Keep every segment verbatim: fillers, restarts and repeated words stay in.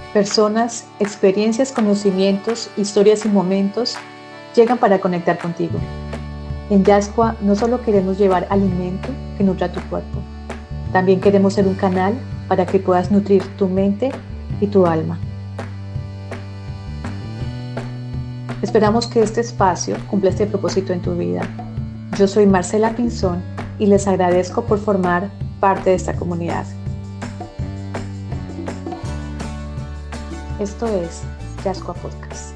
Personas, experiencias, conocimientos, historias y momentos llegan para conectar contigo. En Yascua no solo queremos llevar alimento que nutra tu cuerpo, también queremos ser un canal para que puedas nutrir tu mente y tu alma. Esperamos que este espacio cumpla este propósito en tu vida. Yo soy Marcela Pinzón y les agradezco por formar parte de esta comunidad. Esto es Yascua Podcast.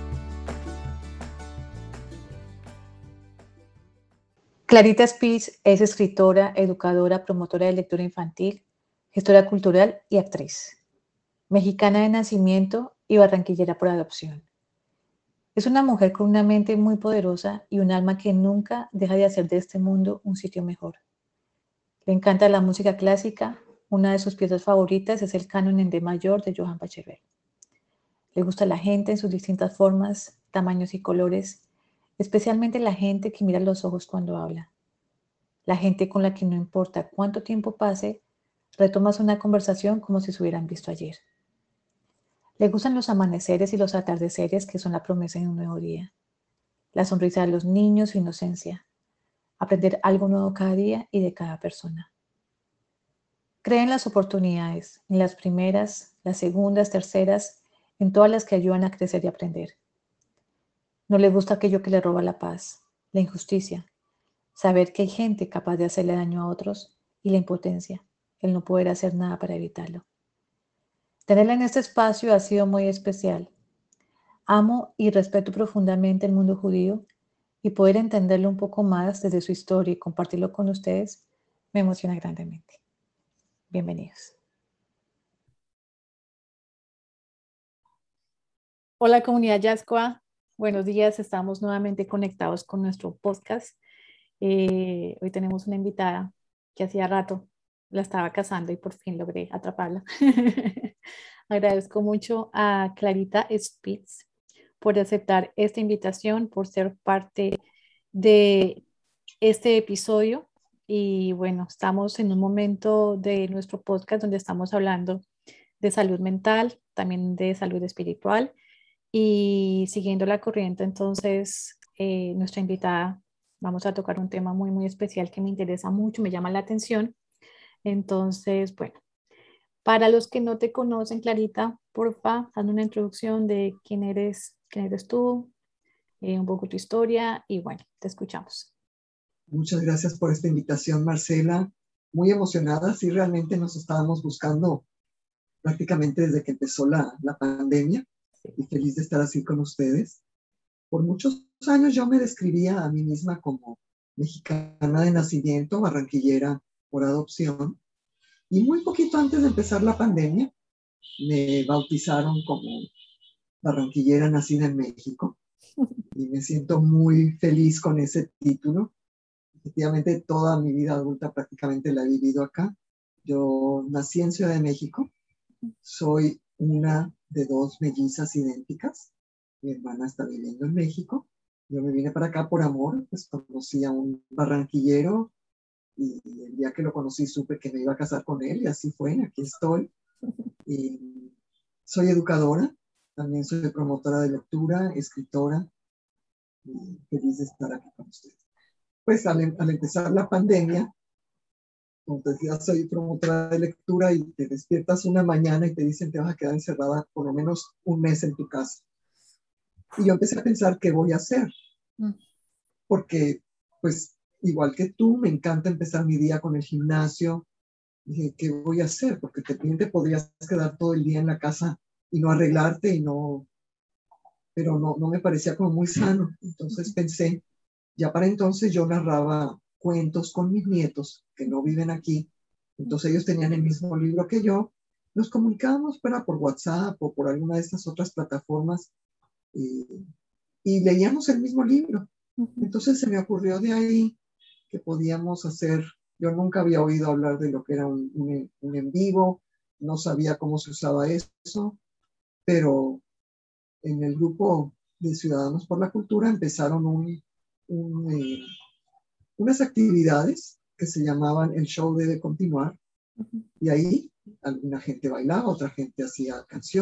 Clarita Spitz es escritora, educadora, promotora de lectura infantil, gestora cultural y actriz. Mexicana de nacimiento y barranquillera por adopción. Es una mujer con una mente muy poderosa y un alma que nunca deja de hacer de este mundo un sitio mejor. Le encanta la música clásica. Una de sus piezas favoritas es el Canon en D mayor de Johann Pachelbel. Le gusta la gente en sus distintas formas, tamaños y colores, especialmente la gente que mira los ojos cuando habla. La gente con la que no importa cuánto tiempo pase, retomas una conversación como si se hubieran visto ayer. Le gustan los amaneceres y los atardeceres que son la promesa de un nuevo día. La sonrisa de los niños, su inocencia. Aprender algo nuevo cada día y de cada persona. Cree en las oportunidades, en las primeras, las segundas, terceras, en todas las que ayudan a crecer y aprender. No le gusta aquello que le roba la paz, la injusticia, saber que hay gente capaz de hacerle daño a otros y la impotencia, el no poder hacer nada para evitarlo. Tenerla en este espacio ha sido muy especial. Amo y respeto profundamente el mundo judío y poder entenderlo un poco más desde su historia y compartirlo con ustedes me emociona grandemente. Bienvenidos. Hola comunidad Yascua, buenos días, estamos nuevamente conectados con nuestro podcast. Eh, hoy tenemos una invitada que hacía rato la estaba cazando y por fin logré atraparla. Agradezco mucho a Clarita Spitz por aceptar esta invitación, por ser parte de este episodio. Y bueno, estamos en un momento de nuestro podcast donde estamos hablando de salud mental, también de salud espiritual. Y siguiendo la corriente, entonces, eh, nuestra invitada, vamos a tocar un tema muy, muy especial que me interesa mucho, me llama la atención. Entonces, bueno, para los que no te conocen, Clarita, porfa, hazme una introducción de quién eres, quién eres tú, eh, un poco tu historia y bueno, te escuchamos. Muchas gracias por esta invitación, Marcela. Muy emocionada, sí, realmente nos estábamos buscando prácticamente desde que empezó la, la pandemia y feliz de estar así con ustedes. Por muchos años yo me describía a mí misma como mexicana de nacimiento, barranquillera por adopción, y muy poquito antes de empezar la pandemia me bautizaron como barranquillera nacida en México y me siento muy feliz con ese título. Efectivamente, toda mi vida adulta prácticamente la he vivido acá. Yo nací en Ciudad de México, soy una de dos mellizas idénticas. Mi hermana está viviendo en México. Yo me vine para acá por amor, pues conocí a un barranquillero y el día que lo conocí supe que me iba a casar con él y así fue, aquí estoy. Y soy educadora, también soy promotora de lectura, escritora y feliz de estar aquí con ustedes. Pues al, al empezar la pandemia, como te decía, soy promotora de lectura y te despiertas una mañana y te dicen te vas a quedar encerrada por lo menos un mes en tu casa. Y yo empecé a pensar qué voy a hacer, porque pues igual que tú, me encanta empezar mi día con el gimnasio. Dije, ¿qué voy a hacer? Porque te, te podrías quedar todo el día en la casa y no arreglarte y no, pero no, no me parecía como muy sano. Entonces pensé, ya para entonces yo narraba cuentos con mis nietos que no viven aquí, entonces ellos tenían el mismo libro que yo, nos comunicábamos para por WhatsApp o por alguna de estas otras plataformas y, y leíamos el mismo libro. Entonces se me ocurrió de ahí que podíamos hacer, yo nunca había oído hablar de lo que era un, un, un en vivo, no sabía cómo se usaba eso, pero en el grupo de Ciudadanos por la Cultura empezaron un, un eh, unas actividades que se llamaban El Show Debe Continuar, uh-huh. Y ahí alguna gente bailaba, otra gente hacía canciones,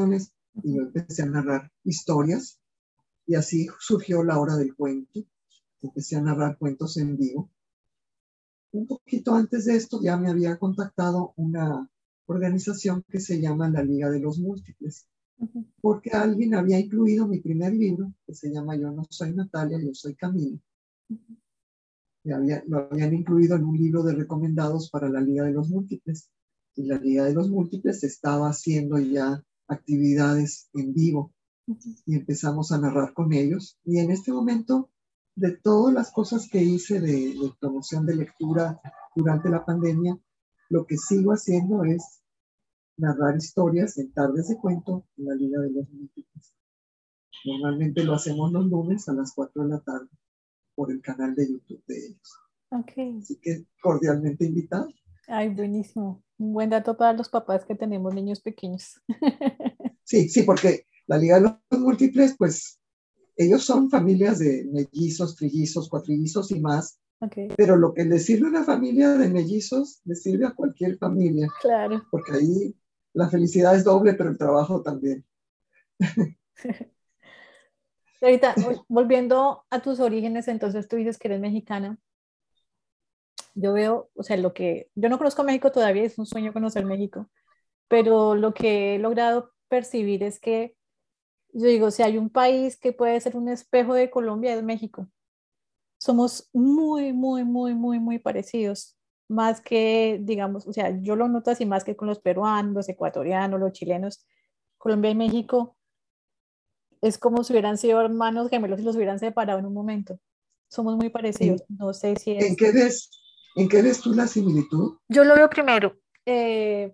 y yo empecé a narrar historias y así surgió la hora del cuento. Empecé a narrar cuentos en vivo. Un poquito antes de esto ya me había contactado una organización que se llama la Liga de los Múltiples, Ujú. porque alguien había incluido mi primer libro, que se llama Yo no soy Natalia, yo soy Camila. Ujú. Me había, lo habían incluido en un libro de recomendados para la Liga de los Múltiples. Y la Liga de los Múltiples estaba haciendo ya actividades en vivo Ujú. y empezamos a narrar con ellos. Y en este momento, de todas las cosas que hice de, de promoción de lectura durante la pandemia, lo que sigo haciendo es narrar historias en tardes de cuento en la Liga de los Múltiples. Normalmente lo hacemos los lunes a las cuatro de la tarde por el canal de YouTube de ellos. Ok. Así que cordialmente invitado. Ay, buenísimo. Un buen dato para los papás que tenemos niños pequeños. Sí, sí, porque la Liga de los Múltiples, pues ellos son familias de mellizos, trillizos, cuatrillizos y más, Ok, pero lo que le sirve a una familia de mellizos le sirve a cualquier familia, claro. porque ahí la felicidad es doble, pero el trabajo también. Ahorita, vol- volviendo a tus orígenes, entonces tú dices que eres mexicana. Yo veo, o sea, lo que, yo no conozco México todavía, es un sueño conocer México, pero lo que he logrado percibir es que, yo digo, si hay un país que puede ser un espejo de Colombia, es México. Somos muy, muy, muy, muy, muy parecidos. Más que, digamos, o sea, yo lo noto así más que con los peruanos, los ecuatorianos, los chilenos. Colombia y México es como si hubieran sido hermanos gemelos y los hubieran separado en un momento. Somos muy parecidos. ¿En, No sé si en es. qué ves, en qué ves tú la similitud? Yo lo veo primero, eh,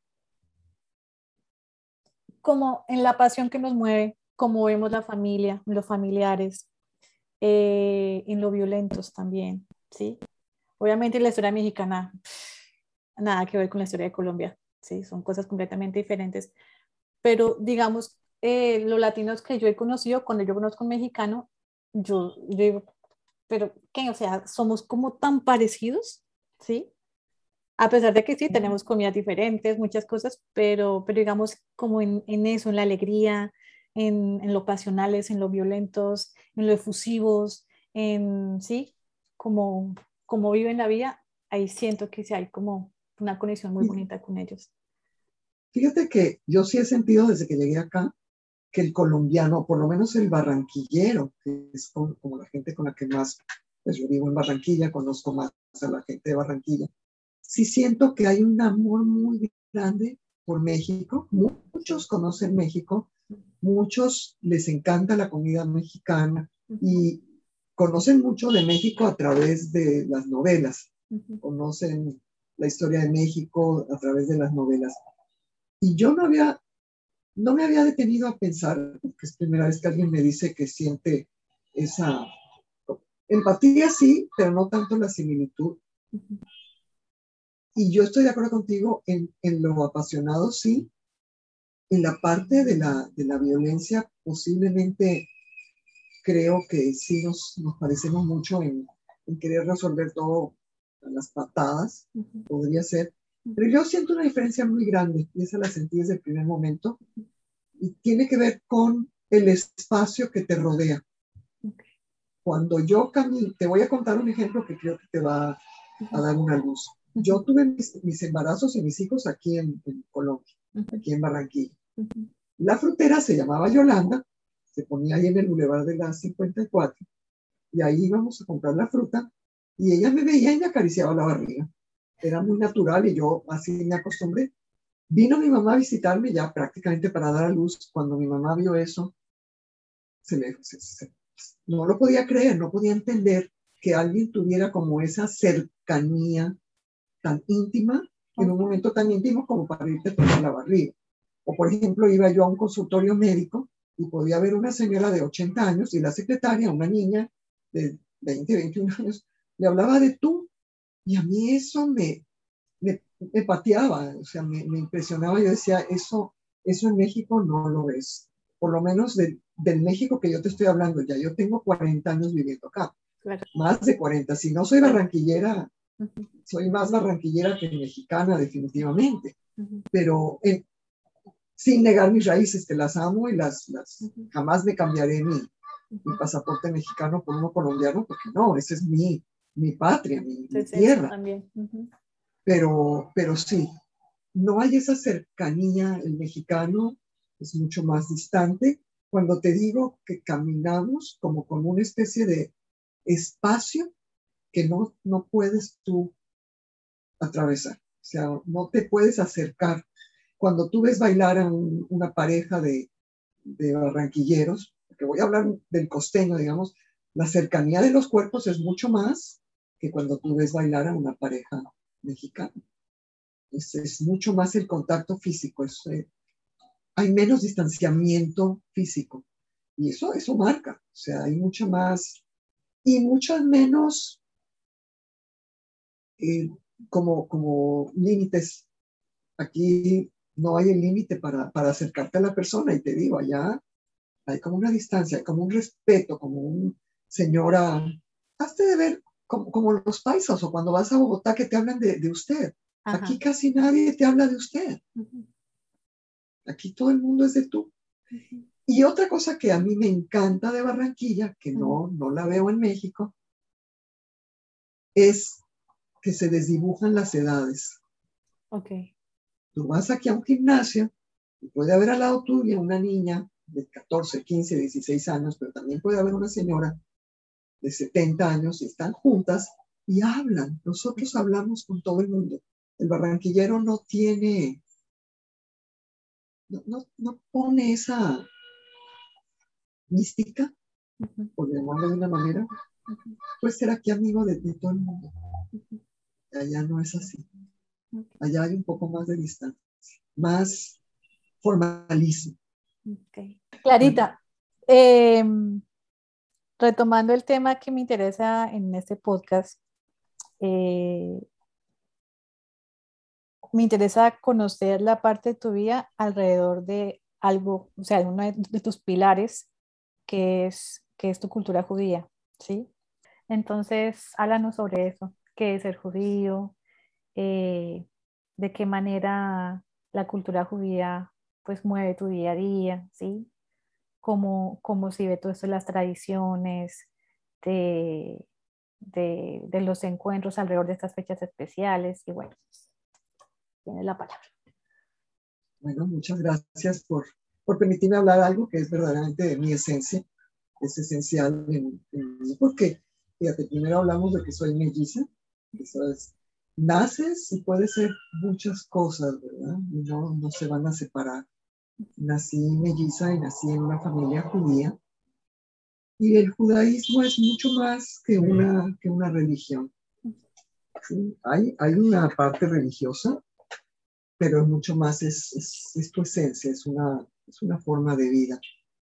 como en la pasión que nos mueve, como vemos la familia, los familiares, eh, en lo violentos también, ¿sí? Obviamente la historia mexicana, nada que ver con la historia de Colombia, ¿sí? Son cosas completamente diferentes. Pero digamos, eh, los latinos que yo he conocido, cuando yo conozco un mexicano, yo, yo digo, pero ¿qué? O sea, somos como tan parecidos, ¿sí? A pesar de que sí, tenemos comidas diferentes, muchas cosas, pero, pero digamos como en, en eso, en la alegría, en, en lo pasionales, en lo violentos, en lo efusivos, en, sí, como, como viven la vida, ahí siento que sí hay como una conexión muy bonita con ellos. Fíjate que yo sí he sentido desde que llegué acá que el colombiano, por lo menos el barranquillero, que es como, como la gente con la que más, pues yo vivo en Barranquilla, conozco más a la gente de Barranquilla, sí siento que hay un amor muy grande por México. Muchos conocen México, muchos les encanta la comida mexicana Ujú, y conocen mucho de México a través de las novelas, ujú, conocen la historia de México a través de las novelas. Y yo no había, no me había detenido a pensar, porque es primera vez que alguien me dice que siente esa empatía, sí, pero no tanto la similitud. ujú. Y yo estoy de acuerdo contigo en, en lo apasionado, sí, en la parte de la, de la violencia, posiblemente creo que sí nos, nos parecemos mucho en, en querer resolver todo a las patadas, Ujú, podría ser. ujú. Pero yo siento una diferencia muy grande, y esa la sentí desde el primer momento, y tiene que ver con el espacio que te rodea. Ok. Cuando yo camino, te voy a contar un ejemplo que creo que te va a Ujú, dar una luz. ujú, Yo tuve mis, mis embarazos y mis hijos aquí en, en Colombia, ujú, aquí en Barranquilla. ujú. La frutera se llamaba Yolanda, se ponía ahí en el bulevar de la cincuenta y cuatro, y ahí íbamos a comprar la fruta, y ella me veía y me acariciaba la barriga. Era muy natural y yo así me acostumbré. Vino mi mamá a visitarme ya prácticamente para dar a luz. Cuando mi mamá vio eso, se me, se, se, no lo podía creer, no podía entender que alguien tuviera como esa cercanía tan íntima, en un Ok. momento tan íntimo como para irte por la barriga. O por ejemplo, iba yo a un consultorio médico y podía ver una señora de ochenta años y la secretaria, una niña de veinte, veintiún años, le hablaba de tú. Y a mí eso me, me, me pateaba, o sea, me, me, impresionaba. Yo decía, eso, eso en México no lo ves. Por lo menos de, del México que yo te estoy hablando, ya yo tengo cuarenta años viviendo acá, Claro. más de cuarenta. Si no soy Claro. barranquillera, Ujú, soy más barranquillera que mexicana definitivamente. ujú. Pero en, sin negar mis raíces, que las amo y las, las Ujú. jamás me cambiaré mi, mi Ujú. pasaporte mexicano por uno colombiano, porque no, esa es mi, mi patria, mi, Tu mi esencia tierra. también. Ujú. Pero, pero sí, no hay esa cercanía. El mexicano es mucho más distante. Cuando te digo que caminamos como con una especie de espacio que no, no puedes tú atravesar, o sea, no te puedes acercar. Cuando tú ves bailar a un, una pareja de, de barranquilleros, porque voy a hablar del costeño, digamos, la cercanía de los cuerpos es mucho más que cuando tú ves bailar a una pareja mexicana. Es, es mucho más el contacto físico, es, eh, hay menos distanciamiento físico. Y eso, eso marca, o sea, hay mucha más y muchas menos eh, como, como límites. Aquí no hay el límite para, para acercarte a la persona y te digo, allá hay como una distancia, hay como un respeto, como un señora, hazte de ver como, como los paisas o cuando vas a Bogotá que te hablan de, de usted. Aquí Ajá. casi nadie te habla de usted. Ujú. Aquí todo el mundo es de tú. Ujú. Y otra cosa que a mí me encanta de Barranquilla, que Ujú. no, no la veo en México, es que se desdibujan las edades. Ok. Tú vas aquí a un gimnasio y puede haber al lado tuyo una niña de catorce, quince, dieciséis años, pero también puede haber una señora de setenta años y están juntas y hablan. Nosotros hablamos con todo el mundo. El barranquillero no tiene, no, no, no pone esa mística, Ujú. por llamarlo de una manera, Ujú. pues ser aquí amigo de, de todo el mundo. Ujú. Allá no es así. Ok. Allá hay un poco más de distancia, más formalismo. Ok. Bueno, Clarita, em, retomando el tema que me interesa en este podcast, eh, me interesa conocer la parte de tu vida alrededor de algo, o sea, uno de, de tus pilares, que es, que es tu cultura judía, ¿sí? Entonces, háblanos sobre eso, qué es ser judío, eh, de qué manera la cultura judía pues mueve tu día a día, ¿sí? Cómo, cómo se ve todo esto, las tradiciones de, de, de los encuentros alrededor de estas fechas especiales y bueno, tienes la palabra. bueno, muchas gracias por, por permitirme hablar algo que es verdaderamente de mi esencia, es esencial en, en mí, porque, fíjate, primero hablamos de que soy melliza, eso es, naces y puede ser muchas cosas, ¿verdad? Y no, no se van a separar. Nací melliza y nací en una familia judía, y el judaísmo es mucho más que una, que una religión. ¿Sí? Hay, hay una parte religiosa, pero mucho más es, es, es tu esencia, es una, es una forma de vida.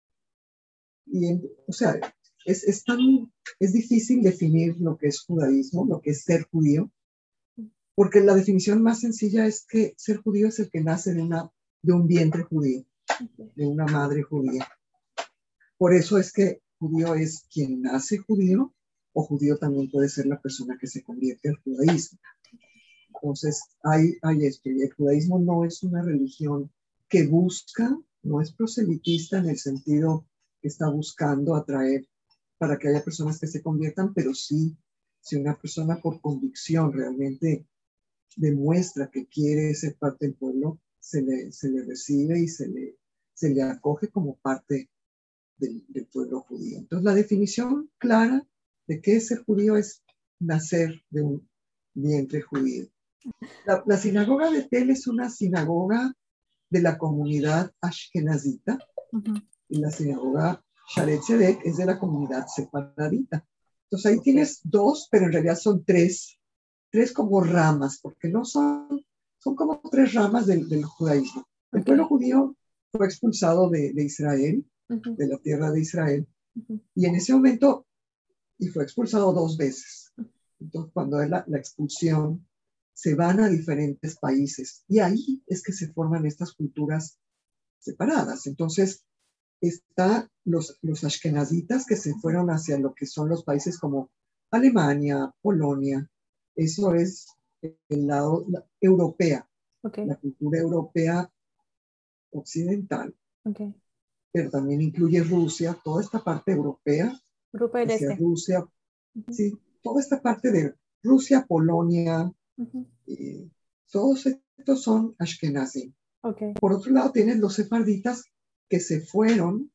Y, en, o sea, es, es, tan, es difícil definir lo que es judaísmo, lo que es ser judío, porque la definición más sencilla es que ser judío es el que nace de, una, de un vientre judío, de una madre judía. Por eso es que judío es quien nace judío, o judío también puede ser la persona que se convierte al judaísmo. Entonces, hay, hay esto, y el judaísmo no es una religión que busca, no es proselitista en el sentido que está buscando atraer para que haya personas que se conviertan, pero sí, si una persona por convicción realmente demuestra que quiere ser parte del pueblo, se le, se le recibe y se le, se le acoge como parte del, del pueblo judío. Entonces, la definición clara de qué es ser judío es nacer de un vientre judío. La, la sinagoga de Tel es una sinagoga de la comunidad ashkenazita Uh-huh. y la sinagoga Sharet Zedek es de la comunidad separadita. Entonces ahí Okay. tienes dos, pero en realidad son tres, tres como ramas, porque no son, son como tres ramas del, del judaísmo. El Okay. pueblo judío fue expulsado de, de Israel, Uh-huh. de la tierra de Israel, Uh-huh. y en ese momento, y fue expulsado dos veces. Entonces cuando es la, la expulsión, se van a diferentes países y ahí es que se forman estas culturas separadas. Entonces, está los, los ashkenazitas que se fueron hacia lo que son los países como Alemania, Polonia. Eso es el lado la, europea. Okay. La cultura europea occidental, Okay. pero también incluye Rusia, toda esta parte europea, Grupo del hacia Este. Rusia, Uh-huh. sí, toda esta parte de Rusia, Polonia, Uh-huh. eh, todos estos son Ashkenazim. Okay. Por otro lado, tienes los sefarditas que se fueron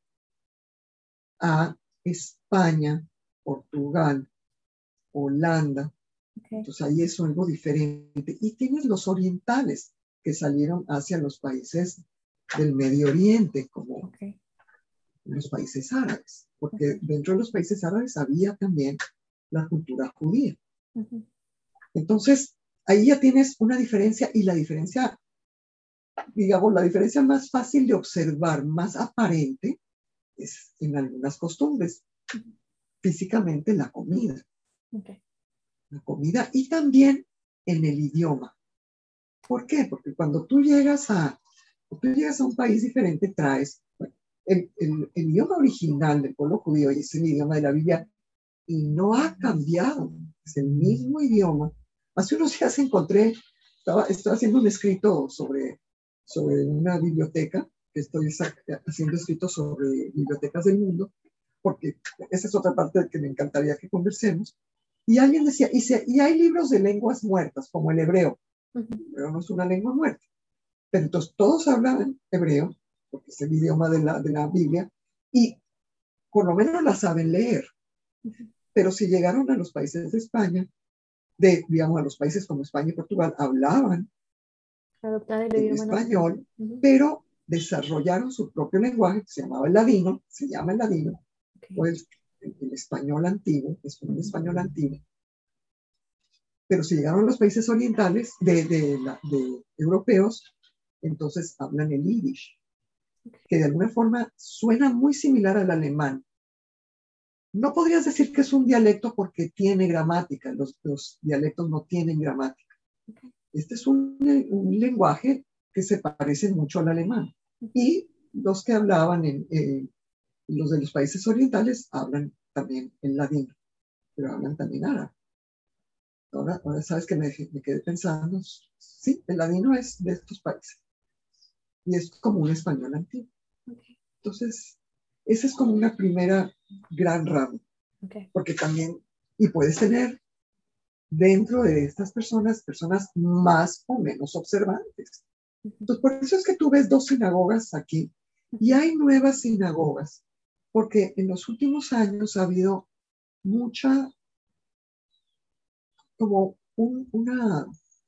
a España, Portugal, Holanda. Okay. Entonces ahí es algo diferente. Y tienes los orientales que salieron hacia los países del Medio Oriente, como Okay. los países árabes, porque Okay. dentro de los países árabes había también la cultura judía. Uh-huh. Entonces, ahí ya tienes una diferencia, y la diferencia, digamos, la diferencia más fácil de observar, más aparente, es en algunas costumbres. Uh-huh. Físicamente la comida. Okay. La comida y también en el idioma. ¿Por qué? Porque cuando tú llegas a, tú llegas a un país diferente, traes bueno, el, el, el idioma original del pueblo judío, y es el idioma de la Biblia, y no ha cambiado. Es el mismo idioma. Hace unos días encontré, estaba, estaba haciendo un escrito sobre, sobre una biblioteca, que estoy haciendo escritos sobre bibliotecas del mundo, porque esa es otra parte de que me encantaría que conversemos. Y alguien decía, y, se, y hay libros de lenguas muertas, como el hebreo. Uh-huh. El hebreo no es una lengua muerta. Pero entonces todos hablan hebreo, porque es el idioma de la, de la Biblia, y por lo menos la saben leer. Uh-huh. Pero si llegaron a los países de España, de, digamos, a los países como España y Portugal, hablaban el en español, uh-huh. pero desarrollaron su propio lenguaje, que se llamaba el ladino, se llama el ladino, okay. o el, el, el español antiguo, es un español antiguo. Pero si llegaron a los países orientales, de, de, la, de europeos, entonces hablan el yiddish, que de alguna forma suena muy similar al alemán. No podrías decir que es un dialecto porque tiene gramática, los, los dialectos no tienen gramática. Okay. Este es un, un lenguaje que se parece mucho al alemán. Y los que hablaban, en, eh, los de los países orientales, hablan también en ladino, pero hablan también árabe. Ahora, ahora sabes que me, me quedé pensando, sí, el ladino es de estos países. Y es como un español antiguo. Okay. Entonces, esa es como una primera gran rama. Okay. Porque también, y puedes tener dentro de estas personas, personas más o menos observantes. Entonces, por eso es que tú ves dos sinagogas aquí, y hay nuevas sinagogas, porque en los últimos años ha habido mucha, como un, una,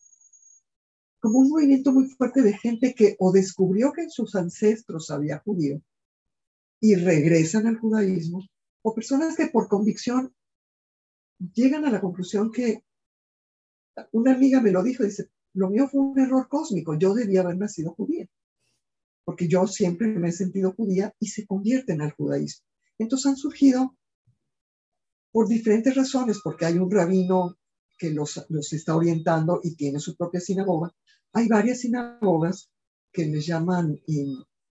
como un movimiento muy fuerte de gente que o descubrió que en sus ancestros había judío y regresan al judaísmo, o personas que por convicción llegan a la conclusión que, una amiga me lo dijo, dice, lo mío fue un error cósmico, yo debía haber nacido judía, porque yo siempre me he sentido judía, y se convierten al judaísmo. Entonces han surgido por diferentes razones, porque hay un rabino que los, los está orientando y tiene su propia sinagoga. Hay varias sinagogas que les llaman, eh,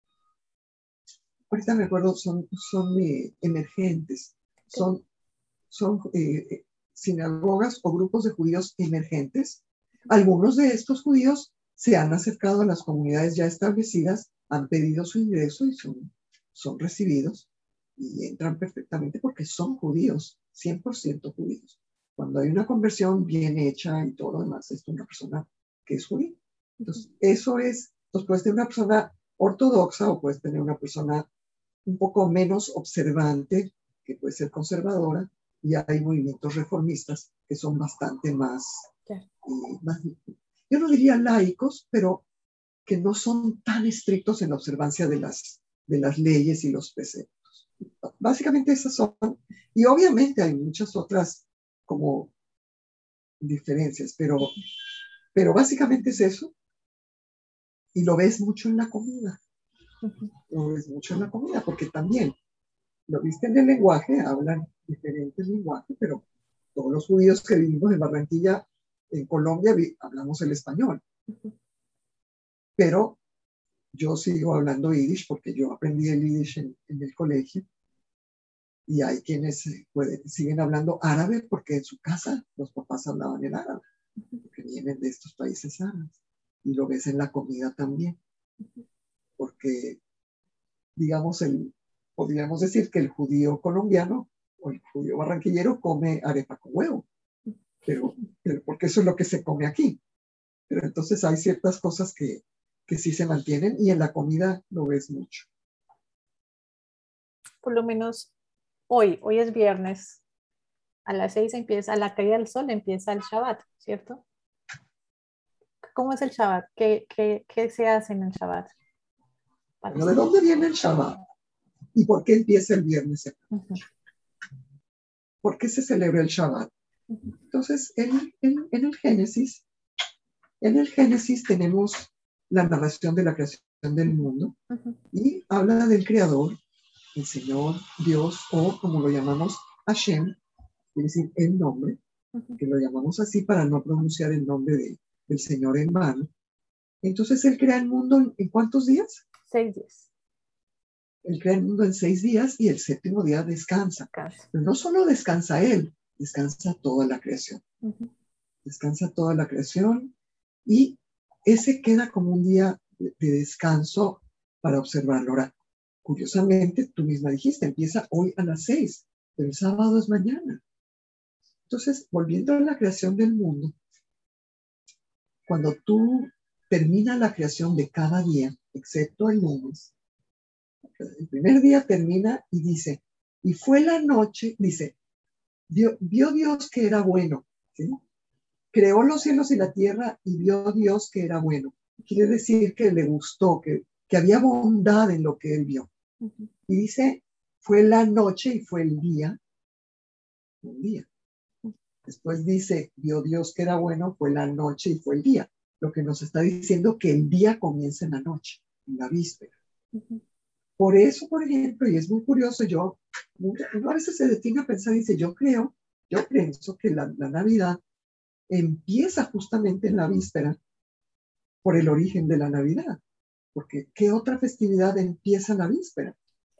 ahorita me acuerdo, son, son eh, emergentes, son, son eh, sinagogas o grupos de judíos emergentes. Algunos de estos judíos se han acercado a las comunidades ya establecidas, han pedido su ingreso y son, son recibidos y entran perfectamente porque son judíos, cien por ciento judíos. Cuando hay una conversión bien hecha y todo lo demás, es una persona que es judía. Entonces, eso es, entonces puedes tener una persona ortodoxa o puedes tener una persona un poco menos observante, que puede ser conservadora, y hay movimientos reformistas que son bastante más, yeah. eh, más, yo no diría laicos, pero que no son tan estrictos en la observancia de las, de las leyes y los preceptos. Básicamente esas son, y obviamente hay muchas otras como diferencias, pero, pero básicamente es eso, y lo ves mucho en la comida. Uh-huh. Lo ves mucho en la comida, porque también lo viste en el lenguaje, hablan diferentes lenguajes, pero todos los judíos que vivimos en Barranquilla, en Colombia, hablamos el español. Uh-huh. Pero yo sigo hablando yiddish porque yo aprendí el yiddish en, en el colegio. Y hay quienes pueden, siguen hablando árabe porque en su casa los papás hablaban el árabe, porque vienen de estos países árabes. Y lo ves en la comida también. Uh-huh. porque, digamos, el, podríamos decir que el judío colombiano o el judío barranquillero come arepa con huevo, pero, pero porque eso es lo que se come aquí. Pero entonces hay ciertas cosas que, que sí se mantienen y en la comida lo ves mucho. Por lo menos hoy, hoy es viernes, a las seis empieza, a la caída del sol empieza el Shabbat, ¿cierto? ¿Cómo es el Shabbat? ¿Qué, qué, qué se hace en el Shabbat? Bueno, ¿de dónde viene el Shabbat? ¿Y por qué empieza el viernes? Uh-huh. ¿Por qué se celebra el Shabbat? Uh-huh. Entonces, en, en, en el Génesis, en el Génesis tenemos la narración de la creación del mundo uh-huh. y habla del Creador, el Señor, Dios, o como lo llamamos, Hashem, es decir, el nombre, uh-huh. que lo llamamos así para no pronunciar el nombre de, del Señor en vano. Entonces, Él crea el mundo en, ¿en cuántos días? Seis días. Él crea el mundo en seis días y el séptimo día descansa. Descansa. Pero no solo descansa Él, descansa toda la creación. Uh-huh. Descansa toda la creación y ese queda como un día de, de descanso para observarlo. Ahora, curiosamente, tú misma dijiste, empieza hoy a las seis, pero el sábado es mañana. Entonces, volviendo a la creación del mundo, cuando tú terminas la creación de cada día, excepto el lunes, el primer día termina y dice, y fue la noche, dice, vio, vio Dios que era bueno, ¿sí? Creó los cielos y la tierra y vio Dios que era bueno. Quiere decir que le gustó, que, que había bondad en lo que él vio. Uh-huh. Y dice, fue la noche y fue el día, un día. Después dice, vio Dios que era bueno, fue la noche y fue el día. Lo que nos está diciendo que el día comienza en la noche, en la víspera. Uh-huh. Por eso, por ejemplo, y es muy curioso, yo uno a veces se detiene a pensar y dice, yo creo, yo pienso que la, la Navidad empieza justamente en la víspera por el origen de la Navidad. Porque ¿qué otra festividad empieza en la víspera?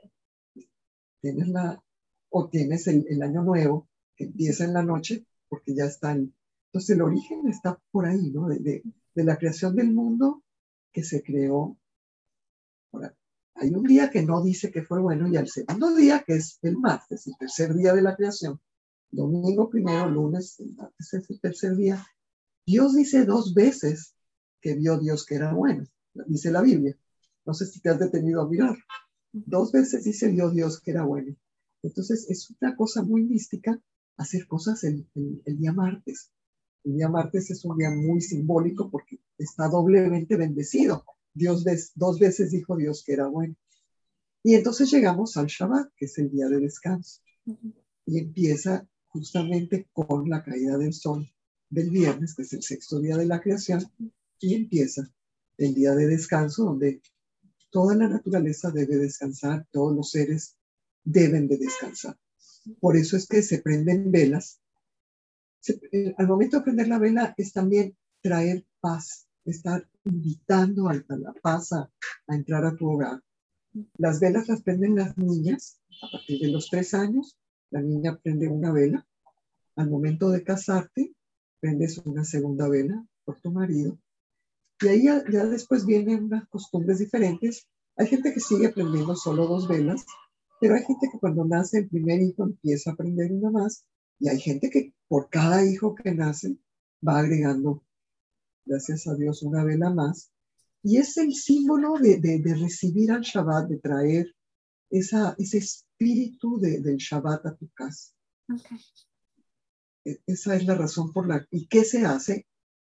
Tienes la, o tienes el, el Año Nuevo, que empieza en la noche, porque ya está el, entonces el origen está por ahí, ¿no? De, de, de la creación del mundo que se creó. Ahora, hay un día que no dice que fue bueno y al segundo día, que es el martes, el tercer día de la creación, domingo primero, lunes, el martes es el tercer día, Dios dice dos veces que vio Dios que era bueno, dice la Biblia. No sé si te has detenido a mirar. Dos veces dice vio Dios que era bueno. Entonces es una cosa muy mística hacer cosas el, el, el día martes. El día martes es un día muy simbólico porque está doblemente bendecido. Dios ves, dos veces dijo Dios que era bueno. Y entonces llegamos al Shabbat, que es el día de descanso. Uh-huh. Y empieza justamente con la caída del sol del viernes, que es el sexto día de la creación, y empieza el día de descanso, donde toda la naturaleza debe descansar, todos los seres deben de descansar. Por eso es que se prenden velas. Se, eh, al momento de prender la vela es también traer paz, estar invitando a, a la paz a, a entrar a tu hogar. Las velas las prenden las niñas a partir de los tres años. La niña prende una vela. Al momento de casarte, prendes una segunda vela por tu marido. Y ahí ya, ya después vienen unas costumbres diferentes. Hay gente que sigue prendiendo solo dos velas, pero hay gente que cuando nace el primer hijo empieza a prender una más. Y hay gente que por cada hijo que nace va agregando, gracias a Dios, una vela más. Y es el símbolo de, de, de recibir al Shabbat, de traer esa, ese espíritu de, del Shabbat a tu casa. Okay. Esa es la razón por la... ¿Y qué se hace?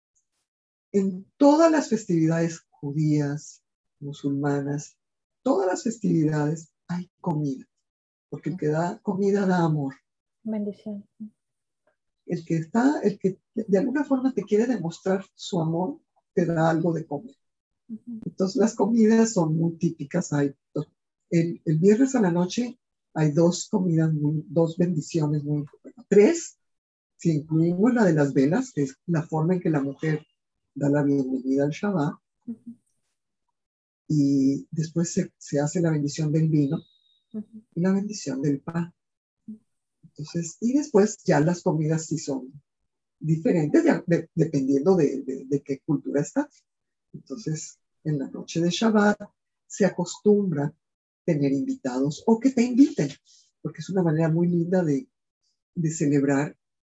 En todas las festividades judías, musulmanas, todas las festividades hay comida. Porque el que da comida da amor. Bendición. El que está, el que de alguna forma te quiere demostrar su amor, te da algo de comer. Entonces las comidas son muy típicas. Hay el, el viernes a la noche hay dos comidas, muy, dos bendiciones muy importantes. Tres, si incluimos la de las velas, que es la forma en que la mujer da la bienvenida al Shabbat. Uh-huh. Y después se, se hace la bendición del vino uh-huh. y la bendición del pan. Entonces, y después ya las comidas sí son diferentes de, de, dependiendo de, de, de qué cultura estás. Entonces, en la noche de Shabbat se acostumbra tener invitados o que te inviten, porque es una manera muy linda de, de celebrar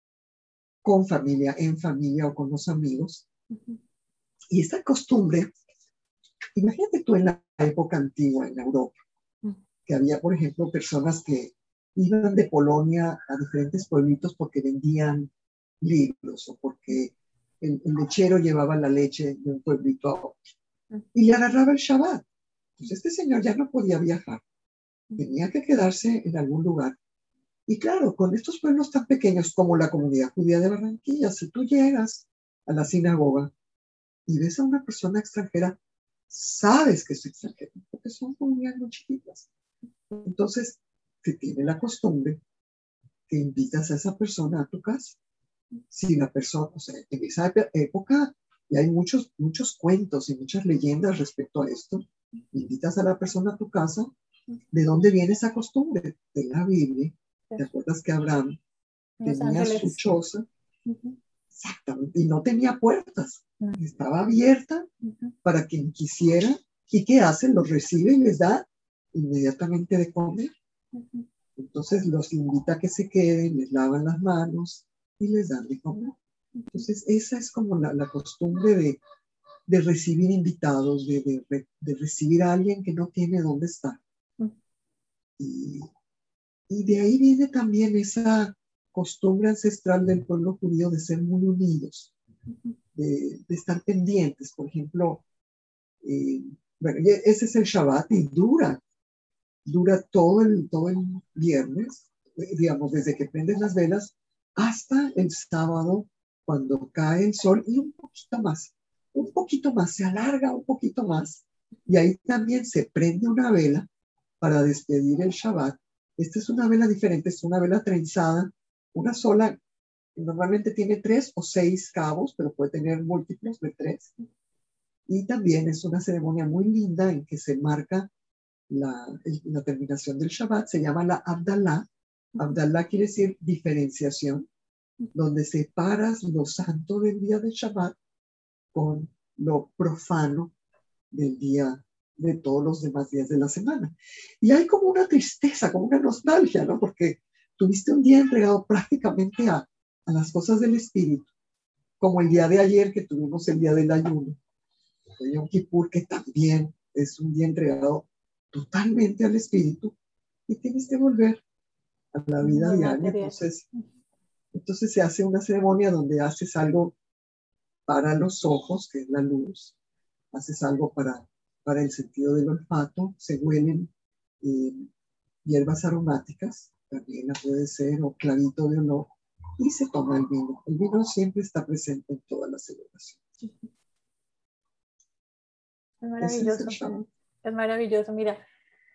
con familia, en familia o con los amigos. Uh-huh. Y esta costumbre, imagínate tú en la época antigua en Europa, uh-huh. que había, por ejemplo, personas que iban de Polonia a diferentes pueblitos porque vendían libros o porque el, el lechero llevaba la leche de un pueblito a otro. Uh-huh. Y le agarraba el Shabbat. Entonces este señor ya no podía viajar. Tenía que quedarse en algún lugar. Y claro, con estos pueblos tan pequeños como la comunidad judía de Barranquilla, si tú llegas a la sinagoga y ves a una persona extranjera, sabes que es extranjera, porque son comunidades muy chiquitas. Entonces, se tiene la costumbre que invitas a esa persona a tu casa. Si la persona, o sea, en esa época, y hay muchos, muchos cuentos y muchas leyendas respecto a esto, invitas a la persona a tu casa. ¿De dónde viene esa costumbre? De la Biblia. ¿Te acuerdas que Abraham Los tenía ángeles. su choza? Uh-huh. Exactamente. Y no tenía puertas. Uh-huh. Estaba abierta uh-huh. para quien quisiera. ¿Y qué hacen? Los recibe y les da inmediatamente de comer. Uh-huh. Entonces los invita a que se queden, les lavan las manos y les dan de comer. Entonces esa es como la, la costumbre de, de recibir invitados, de, de, de recibir a alguien que no tiene dónde estar. Uh-huh. Y, y de ahí viene también esa costumbre ancestral del pueblo judío de ser muy unidos, de, de estar pendientes. Por ejemplo, eh, bueno, ese es el Shabbat y dura, dura todo el, todo el viernes, eh, digamos, desde que prendes las velas hasta el sábado, cuando cae el sol, y un poquito más, un poquito más, se alarga un poquito más, y ahí también se prende una vela para despedir el Shabbat. Esta es una vela diferente, es una vela trenzada, una sola, normalmente tiene tres o seis cabos, pero puede tener múltiplos de tres. Y también es una ceremonia muy linda en que se marca la, la terminación del Shabbat, se llama la Abdalá. Abdalá quiere decir diferenciación, donde separas lo santo del día del Shabbat con lo profano del día de todos los demás días de la semana. Y hay como una tristeza, como una nostalgia, ¿no? Porque tuviste un día entregado prácticamente a, a las cosas del espíritu, como el día de ayer que tuvimos el día del ayuno, el Yom Kippur, que también es un día entregado totalmente al espíritu, y tienes que volver a la vida no diaria. material. Entonces, entonces se hace una ceremonia donde haces algo para los ojos, que es la luz, haces algo para para el sentido del olfato, se huelen eh, hierbas aromáticas, también la puede ser, o clavito de olor, y se toma el vino. El vino siempre está presente en todas las celebraciones. Es maravilloso, es, es maravilloso. Mira,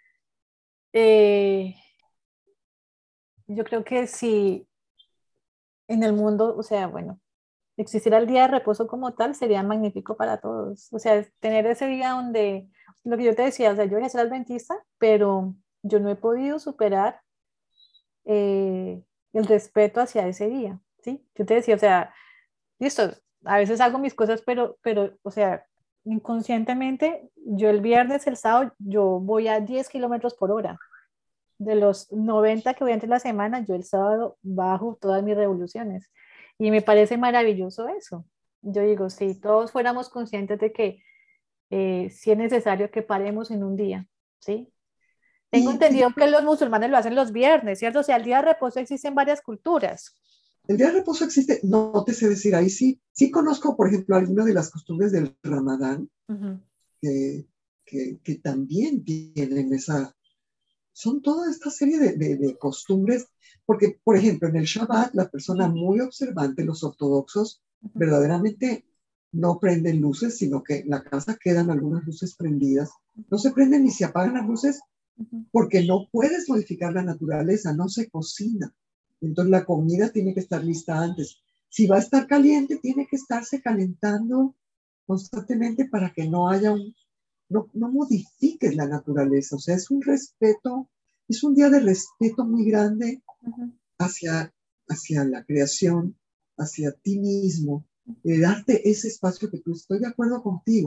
eh, yo creo que si en el mundo, o sea, bueno, existiera el día de reposo como tal, sería magnífico para todos. O sea, tener ese día donde, lo que yo te decía, o sea, yo voy a ser adventista, pero yo no he podido superar eh, el respeto hacia ese día, ¿sí? Yo te decía, o sea, listo, a veces hago mis cosas, pero, pero, o sea, inconscientemente, yo el viernes, el sábado, yo voy a diez kilómetros por hora. De los noventa que voy entre la semana, yo el sábado bajo todas mis revoluciones. Y me parece maravilloso eso. Yo digo, si todos fuéramos conscientes de que eh, sí es necesario que paremos en un día, ¿sí? Tengo Y, entendido y, que los musulmanes lo hacen los viernes, ¿cierto? O sea, el día de reposo existe en varias culturas. el día de reposo existe, no te sé decir, ahí sí, sí conozco, por ejemplo, algunas de las costumbres del Ramadán, uh-huh. que, que, que también tienen esa, son toda esta serie de, de, de costumbres, porque, por ejemplo, en el Shabbat, las personas muy observantes, los ortodoxos, uh-huh. verdaderamente no prenden luces, sino que en la casa quedan algunas luces prendidas. No se prenden ni se apagan las luces uh-huh. porque no puedes modificar la naturaleza, no se cocina. Entonces la comida tiene que estar lista antes. Si va a estar caliente, tiene que estarse calentando constantemente para que no haya un... No, no modifiques la naturaleza, o sea, es un respeto, es un día de respeto muy grande uh-huh. hacia, hacia la creación, hacia ti mismo, de darte ese espacio que tú, estoy de acuerdo contigo,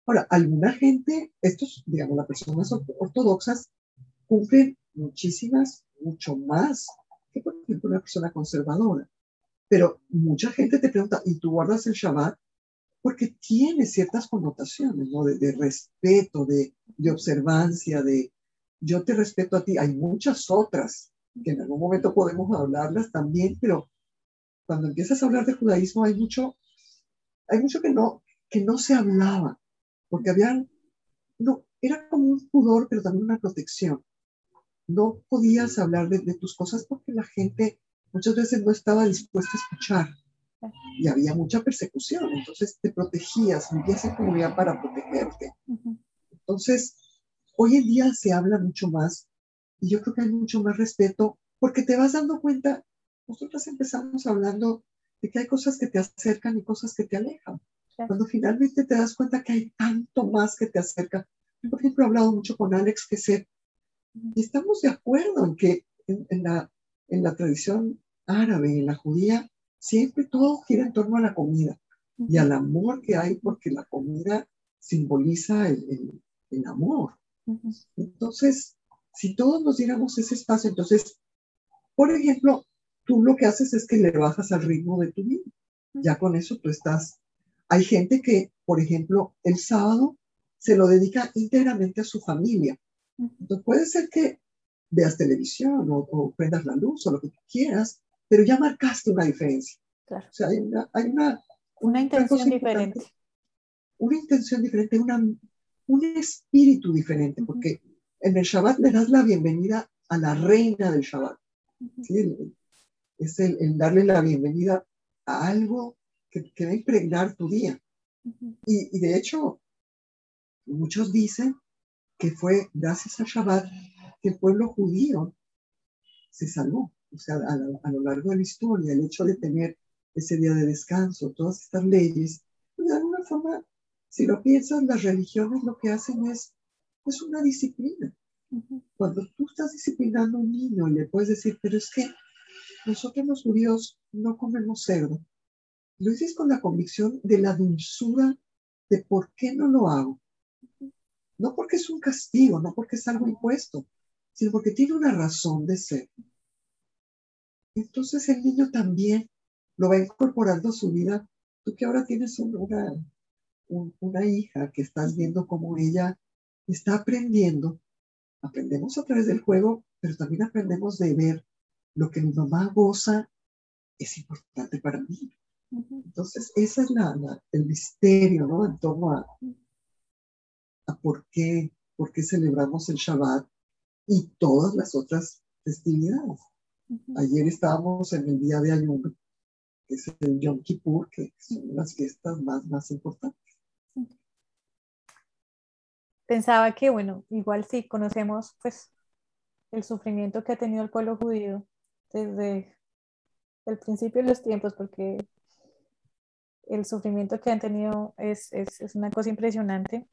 Ahora, alguna gente, estos, digamos, las personas ortodoxas, cumplen muchísimas, mucho más que, por ejemplo, una persona conservadora. Pero mucha gente te pregunta, ¿y tú guardas el Shabbat? Porque tiene ciertas connotaciones, ¿no? De, de respeto, de, de observancia, de yo te respeto a ti. Hay muchas otras que en algún momento podemos hablarlas también, pero cuando empiezas a hablar de judaísmo hay mucho, hay mucho que no, que no se hablaba, porque habían, no, era como un pudor, pero también una protección. No podías hablar de, de tus cosas porque la gente muchas veces no estaba dispuesta a escuchar y había mucha persecución, entonces te protegías, vivías en comunidad para protegerte. Uh-huh. Entonces, hoy en día se habla mucho más y yo creo que hay mucho más respeto porque te vas dando cuenta, nosotros empezamos hablando de que hay cosas que te acercan y cosas que te alejan. Claro. Cuando finalmente te das cuenta que hay tanto más que te acerca. Por ejemplo, he hablado mucho con Alex Keset y estamos de acuerdo en que en, en, la, en la tradición árabe, en la judía, siempre todo gira en torno a la comida uh-huh. y al amor que hay porque la comida simboliza el, el, el amor. Uh-huh. Entonces, si todos nos diéramos ese espacio, entonces, por ejemplo, tú lo que haces es que le bajas al ritmo de tu vida. Uh-huh. Ya con eso tú estás... Hay gente que, por ejemplo, el sábado se lo dedica íntegramente a su familia. Uh-huh. Entonces, puede ser que veas televisión o, o prendas la luz o lo que tú quieras, pero ya marcaste una diferencia. Claro. O sea, hay una, hay una, una, una intención diferente. Una intención diferente, una, un espíritu diferente, uh-huh. porque en el Shabbat le das la bienvenida a la reina del Shabbat. Uh-huh. ¿Sí? Es el, el darle la bienvenida a algo que, que va a impregnar tu día. Uh-huh. Y, y de hecho, muchos dicen que fue gracias al Shabbat que el pueblo judío se salvó. O sea, a, la, a lo largo de la historia, el hecho de tener ese día de descanso, todas estas leyes, pues de alguna forma, si lo piensas, las religiones lo que hacen es, es una disciplina. Uh-huh. Cuando tú estás disciplinando a un niño y le puedes decir, pero es que nosotros los judíos no comemos cerdo, lo dices con la convicción de la dulzura de por qué no lo hago. Uh-huh. No porque es un castigo, no porque es algo impuesto, sino porque tiene una razón de ser. Entonces el niño también lo va incorporando a su vida. Tú que ahora tienes un, una, un, una hija que estás viendo cómo ella está aprendiendo. Aprendemos a través del juego, pero también aprendemos de ver lo que mi mamá goza es importante para mí. Entonces ese es la, la, el misterio, ¿no? En torno a, a por qué, por qué celebramos el Shabbat y todas las otras festividades. Uh-huh. Ayer estábamos en el día de ayuno, que es el Yom Kippur, que son las fiestas más, más importantes. Pensaba que, bueno, igual sí conocemos pues el sufrimiento que ha tenido el pueblo judío desde el principio de los tiempos, porque el sufrimiento que han tenido es, es, es una cosa impresionante.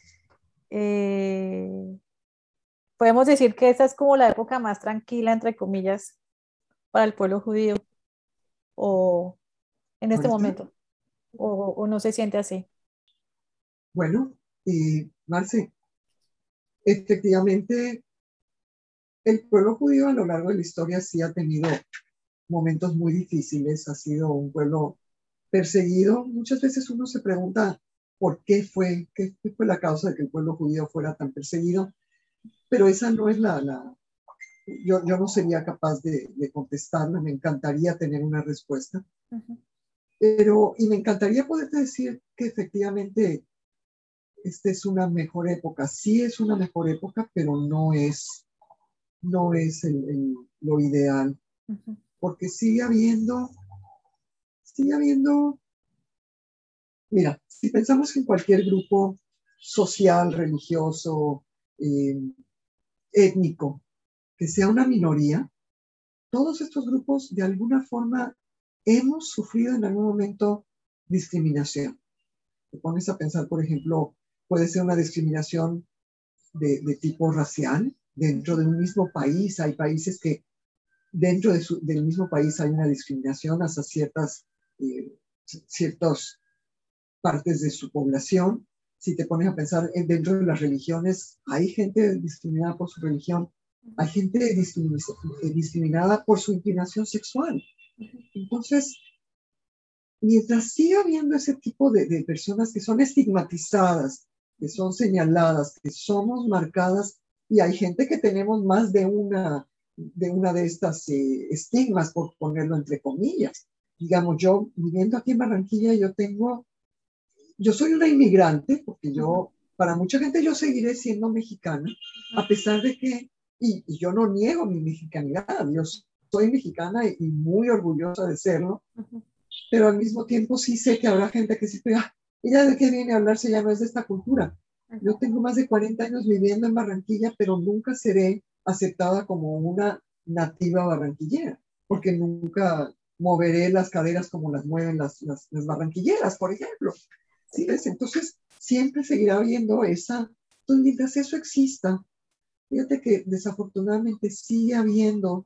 Eh, podemos decir que esta es como la época más tranquila, entre comillas, para el pueblo judío, o en este momento, o, o no se siente así. Bueno, y Marce, efectivamente, el pueblo judío a lo largo de la historia sí ha tenido momentos muy difíciles, ha sido un pueblo perseguido. Muchas veces uno se pregunta por qué fue, qué fue la causa de que el pueblo judío fuera tan perseguido, pero esa no es la... la yo, yo no sería capaz de, de contestarla, me encantaría tener una respuesta, uh-huh. pero, y me encantaría poderte decir que efectivamente esta es una mejor época. Sí es una mejor época, pero no es, no es el, el, lo ideal, uh-huh. porque sigue habiendo, sigue habiendo, mira, si pensamos en cualquier grupo social, religioso, eh, étnico, que sea una minoría, todos estos grupos de alguna forma hemos sufrido en algún momento discriminación. Te pones a pensar, por ejemplo, puede ser una discriminación de, de tipo racial dentro de un mismo país. Hay países que dentro de su, del mismo país hay una discriminación hacia ciertas, eh, ciertas partes de su población. si te pones a pensar eh, dentro de las religiones, hay gente discriminada por su religión, hay gente discrimin- eh, discriminada por su inclinación sexual. Entonces, mientras siga habiendo ese tipo de, de personas que son estigmatizadas, que son señaladas, que somos marcadas, y hay gente que tenemos más de una de, una de estas eh, estigmas, por ponerlo entre comillas. Digamos, yo viviendo aquí en Barranquilla, yo tengo, yo soy una inmigrante, porque yo, para mucha gente yo seguiré siendo mexicana, a pesar de que, y, y yo no niego mi mexicanidad, yo soy mexicana y, y muy orgullosa de serlo, pero al mismo tiempo sí sé que habrá gente que sí, ah, ella de qué viene a hablar si ya no es de esta cultura. Yo tengo más de cuarenta años viviendo en Barranquilla, pero nunca seré aceptada como una nativa barranquillera, porque nunca moveré las caderas como las mueven las, las, las barranquilleras, por ejemplo. ¿Sí ves? Entonces, siempre seguirá habiendo esa, entonces, mientras eso exista, fíjate que desafortunadamente sigue habiendo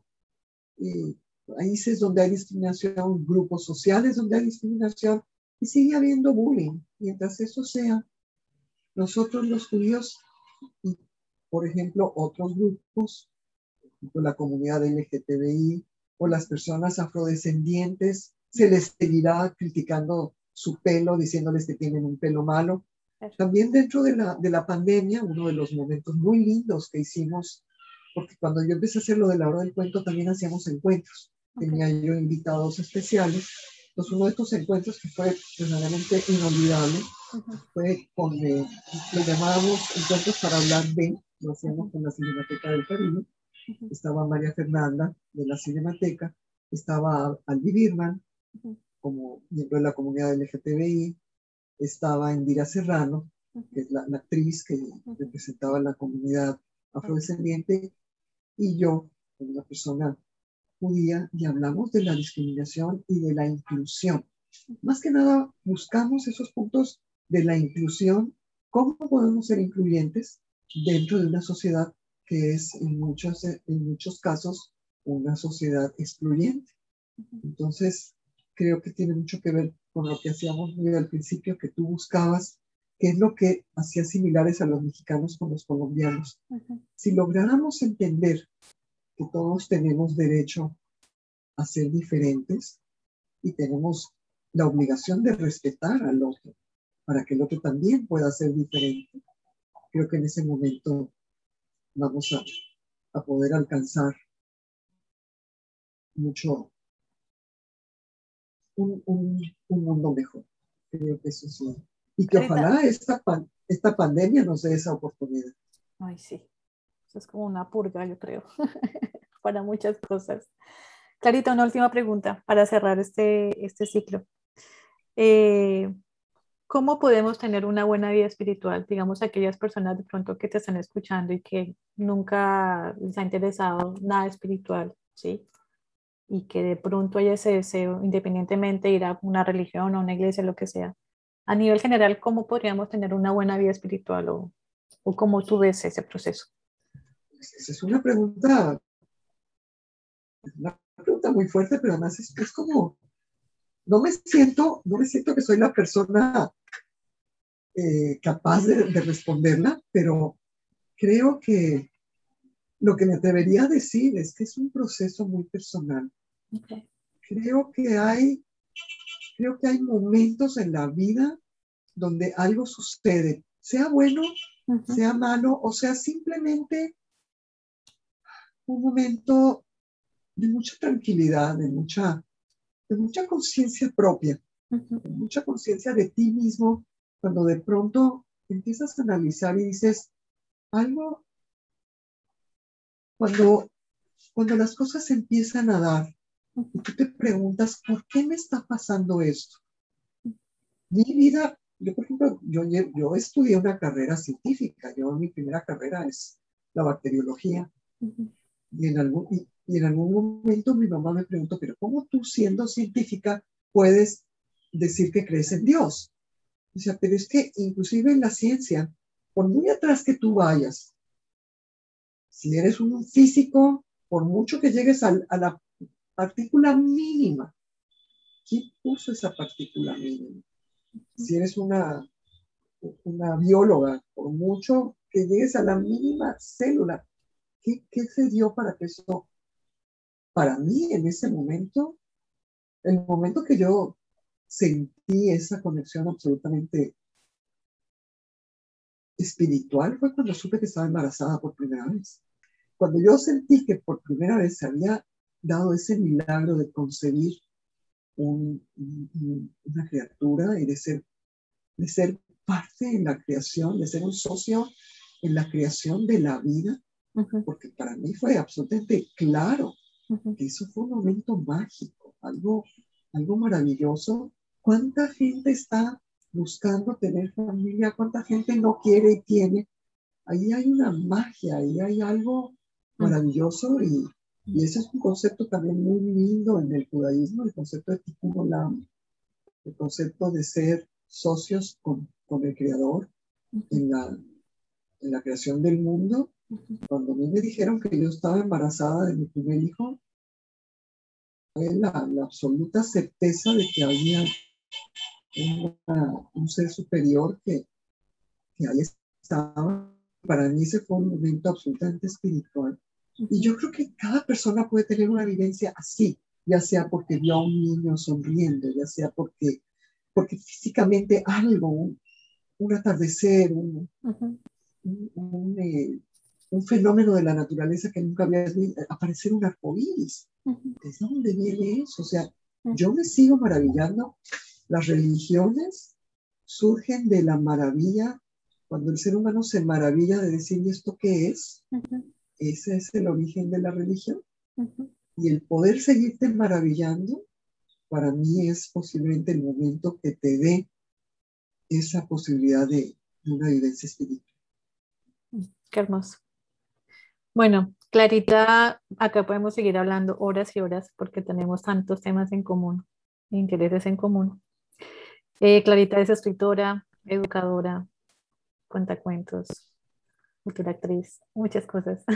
eh, países donde hay discriminación, grupos sociales donde hay discriminación, y sigue habiendo bullying. Mientras eso sea, nosotros los judíos y, por ejemplo, otros grupos, por ejemplo, la comunidad L G T B I o las personas afrodescendientes, se les seguirá criticando su pelo, diciéndoles que tienen un pelo malo. También dentro de la, de la pandemia, uno de los momentos muy lindos que hicimos, porque cuando yo empecé a hacer lo de la hora del cuento, también hacíamos encuentros. Okay. Tenía yo invitados especiales. Entonces, uno de estos encuentros que fue verdaderamente inolvidable uh-huh. fue con, eh, lo llamábamos encuentros para hablar de, lo hacíamos uh-huh. con la Cinemateca del Caribe. Uh-huh. Estaba María Fernanda de la Cinemateca, estaba Albi Birman, uh-huh. como miembro de la comunidad L G T B I, estaba Indira Serrano, uh-huh. que es la, la actriz que uh-huh. representaba la comunidad afrodescendiente, uh-huh. y yo, una persona judía, y hablamos de la discriminación y de la inclusión. Más que nada, buscamos esos puntos de la inclusión, cómo podemos ser incluyentes dentro de una sociedad que es en muchos, en muchos casos una sociedad excluyente. Entonces, creo que tiene mucho que ver con lo que hacíamos muy al principio, que tú buscabas qué es lo que hacía similares a los mexicanos con los colombianos. Uh-huh. Si lográramos entender que todos tenemos derecho a ser diferentes y tenemos la obligación de respetar al otro para que el otro también pueda ser diferente, creo que en ese momento vamos a, a poder alcanzar mucho, un, un, un mundo mejor. Creo que eso sí. Y que Clarita, ojalá esta, pan, esta pandemia nos dé esa oportunidad. Ay, sí. Eso es como una purga, yo creo, para muchas cosas. Clarita, una última pregunta para cerrar este, este ciclo. Eh, ¿Cómo podemos tener una buena vida espiritual? Digamos, aquellas personas de pronto que te están escuchando y que nunca les ha interesado nada espiritual, ¿sí? Y que de pronto haya ese deseo, independientemente de ir a una religión o una iglesia, lo que sea. A nivel general, ¿cómo podríamos tener una buena vida espiritual o, o cómo tú ves ese proceso? Esa es una pregunta, una pregunta muy fuerte, pero además es, es como, no me siento, no me siento que soy la persona eh, capaz de, de responderla, pero creo que lo que me atrevería a decir es que es un proceso muy personal. Okay. Creo que hay, creo que hay momentos en la vida donde algo sucede, sea bueno, uh-huh. sea malo, o sea simplemente un momento de mucha tranquilidad, de mucha, de mucha conciencia propia, uh-huh. de mucha conciencia de ti mismo, cuando de pronto empiezas a analizar y dices, algo, cuando, cuando las cosas empiezan a dar, uh-huh. y tú te preguntas, ¿por qué me está pasando esto? Mi vida, yo por ejemplo, yo, yo estudié una carrera científica, yo mi primera carrera es la bacteriología, uh-huh. y, en algún, y, y en algún momento mi mamá me preguntó, pero ¿cómo tú siendo científica puedes decir que crees en Dios? O sea, pero es que inclusive en la ciencia, por muy atrás que tú vayas, si eres un físico, por mucho que llegues a, a la partícula mínima, ¿quién puso esa partícula mínima? Si eres una, una bióloga, por mucho que llegues a la mínima célula, ¿qué, qué se dio para que eso, para mí en ese momento, el momento que yo sentí esa conexión absolutamente espiritual fue cuando supe que estaba embarazada por primera vez. Cuando yo sentí que por primera vez se había dado ese milagro de concebir un, un, una criatura y de ser, de ser parte en la creación, de ser un socio en la creación de la vida, uh-huh. porque para mí fue absolutamente claro uh-huh. que eso fue un momento mágico, algo, algo maravilloso. ¿Cuánta gente está buscando tener familia? ¿Cuánta gente no quiere y tiene? Ahí hay una magia, ahí hay algo maravilloso y, y ese es un concepto también muy lindo en el judaísmo, el concepto de Tikkun Olam, el concepto de ser socios con, con el Creador en la, en la creación del mundo. Cuando a mí me dijeron que yo estaba embarazada de mi primer hijo, fue la, la absoluta certeza de que había una, un ser superior que, que ahí estaba. Para mí ese fue un momento absolutamente espiritual. Uh-huh. Y yo creo que cada persona puede tener una vivencia así, ya sea porque vio a un niño sonriendo, ya sea porque, porque físicamente algo, un, un atardecer, un, uh-huh. un, un, eh, un fenómeno de la naturaleza que nunca habías visto, aparecer un arcoíris. Uh-huh. ¿De dónde viene eso? O sea, uh-huh. yo me sigo maravillando. Las religiones surgen de la maravilla. Cuando el ser humano se maravilla de decir, ¿y esto qué es? Uh-huh. Ese es el origen de la religión. Uh-huh. Y el poder seguirte maravillando, para mí es posiblemente el momento que te dé esa posibilidad de, de una vivencia espiritual. Qué hermoso. Bueno, Clarita, acá podemos seguir hablando horas y horas porque tenemos tantos temas en común, intereses en común. Eh, Clarita es escritora, educadora, cuentacuentos, futura actriz, muchas cosas.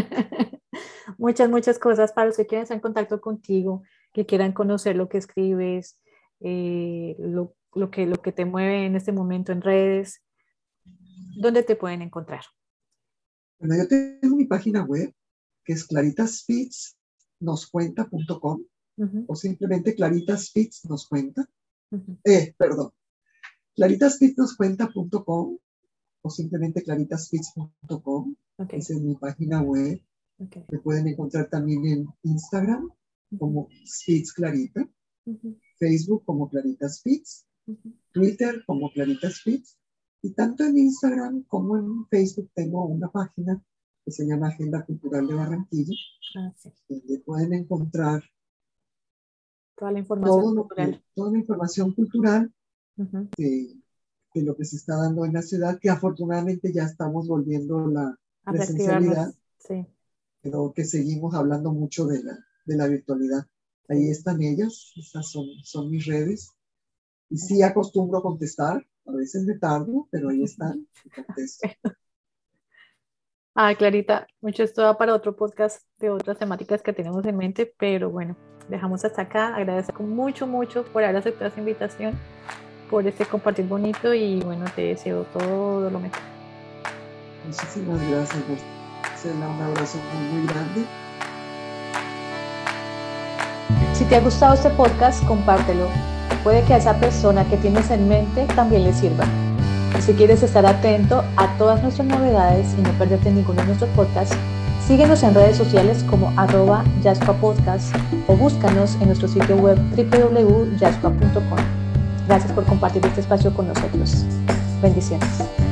muchas, muchas cosas para los que quieran estar en contacto contigo, que quieran conocer lo que escribes, eh, lo, lo, que, lo que te mueve en este momento en redes. ¿Dónde te pueden encontrar? Bueno, yo tengo mi página web, que es claritaspitz nos cuenta punto com, uh-huh. o simplemente claritaspitz nos cuenta. Uh-huh. Eh, perdón, claritaspitz nos cuenta punto com o simplemente claritaspitz punto com. Okay. Esa es mi página web. Okay. Me pueden encontrar también en Instagram uh-huh. como Spitz Clarita, uh-huh. Facebook como Clarita Spitz, uh-huh. Twitter como Clarita Spitz, y tanto en Instagram como en Facebook tengo una página que se llama Agenda Cultural de Barranquilla, ah, sí. donde pueden encontrar toda la información todo cultural. Que, toda la información cultural uh-huh. de, de lo que se está dando en la ciudad, que afortunadamente ya estamos volviendo la a presencialidad, sí. pero que seguimos hablando mucho de la, de la virtualidad. Ahí sí. están ellas, esas son, son mis redes, y sí acostumbro a contestar, a veces me tardo, pero ahí están, y contesto. Ah, Clarita, mucho esto va para otro podcast de otras temáticas que tenemos en mente, pero bueno, dejamos hasta acá. Agradezco mucho, mucho por haber aceptado esta invitación, por este compartir bonito y bueno, te deseo todo lo mejor. Muchísimas gracias, Marcela, un abrazo muy, muy grande. Si te ha gustado este podcast, compártelo. Puede que a esa persona que tienes en mente también le sirva. Y si quieres estar atento a todas nuestras novedades y no perderte ninguno de nuestros podcasts, síguenos en redes sociales como arroba yascua podcast o búscanos en nuestro sitio web doble u doble u doble u punto yascua punto com. Gracias por compartir este espacio con nosotros. Bendiciones.